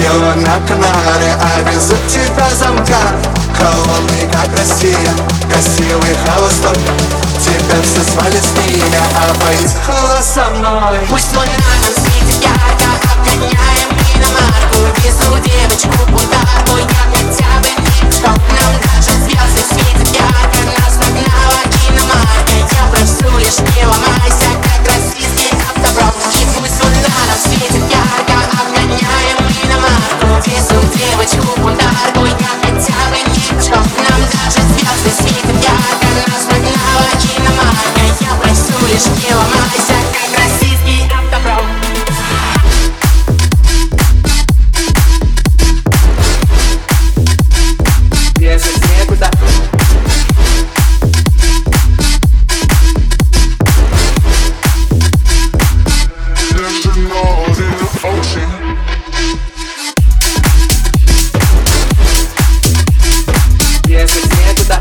Хотела на Канары, а везут тебя замка. Холодный, как Россия, красивый холостой. Тебя все звали с ними, а поехала со мной. Пусть луна нам светит ярко, обгоняем иномарку. Везу девочку бунтарку, я хотя бы не что. Нам даже звезды светят ярко, нас нагнала иномарка. Я прошу лишь не ломайся, как российский автобром. И пусть луна нам светит ярко, обгоняем иномарку. Везу девочку бунтарку, я хотя бы не что. Нам даже звезды светят ярко, нас нагнала иномарка. Я прошу лишь не ломайся, как российский автобром. Бежать некуда. Бежать некуда.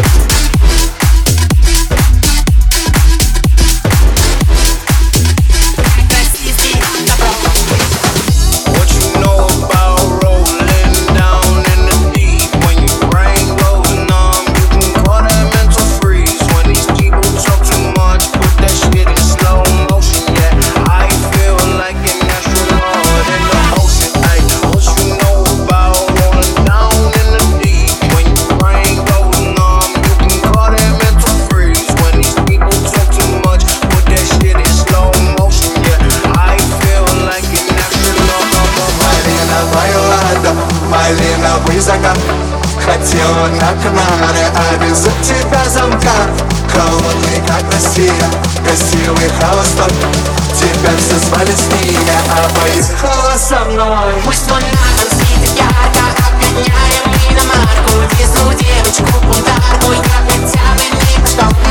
Малиновый закат. Хотела на Канары, а везут тебя замка. Холодный, как Россия, красивый холостой. Тебя все звали с ними, а поехала со мной. Пусть луна нам светит ярко, обгоняем иномарку. Везу девочку бунтарку, я хотя бы не что.